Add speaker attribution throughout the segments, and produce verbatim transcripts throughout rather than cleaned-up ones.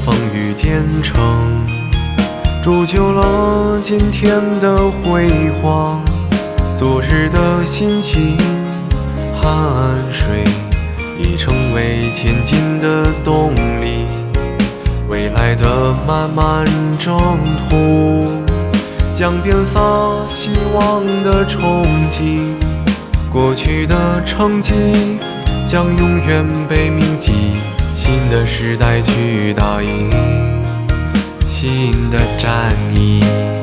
Speaker 1: 风雨兼程，铸就了今天的辉煌。昨日的辛勤汗水，已成为前进的动力。未来的漫漫征途，将遍洒希望的憧憬。过去的成绩将永远被铭记，新的时代去打赢新的战役。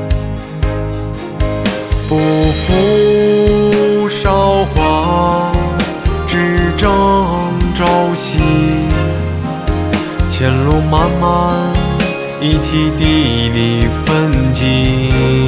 Speaker 1: 不负韶华，只争朝夕。前路漫漫，一起砥砺奋进。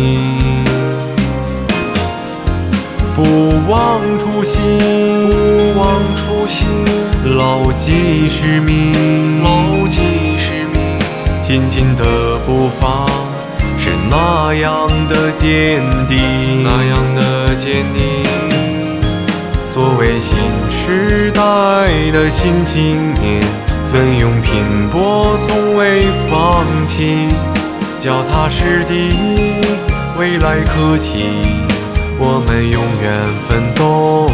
Speaker 1: 不忘初心，不忘初心，牢记使命，牢记使命。前进的步伐是那样的坚定，那样的坚定。作为新时代的新青年，奋勇拼搏，从未放弃，脚踏实地，未来可期。我们永远奋斗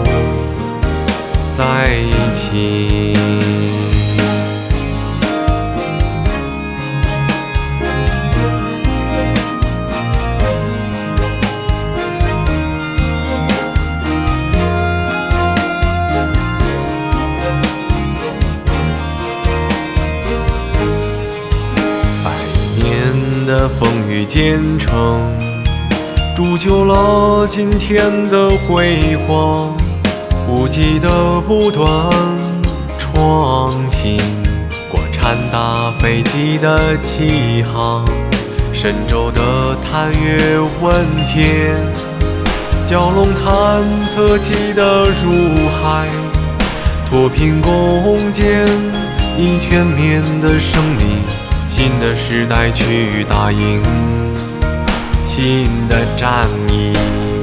Speaker 1: 在一起。百年的风雨兼程，铸就了今天的辉煌。无极的不断创新，国产大飞机的起航，神舟的探月问天，蛟龙探测器的入海，脱贫攻坚，以全面的胜利，新的时代去打赢新的战役。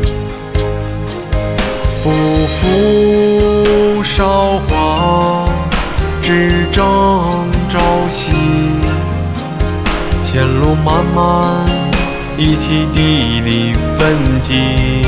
Speaker 1: 不负韶华，只争朝夕。前路漫漫，一起砥砺奋进。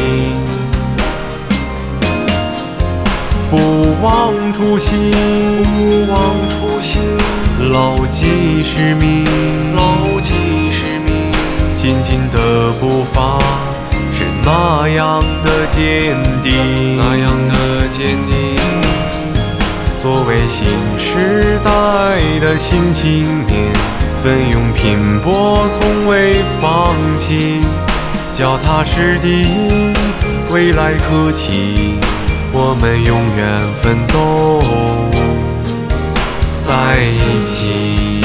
Speaker 1: 不忘初心，不忘初心，牢记使命，牢记使命。前进的步伐是那样的坚定，那样的坚定。作为新时代的新青年，奋勇拼搏，从未放弃，脚踏实地，未来可期。我们永远奋斗在一起。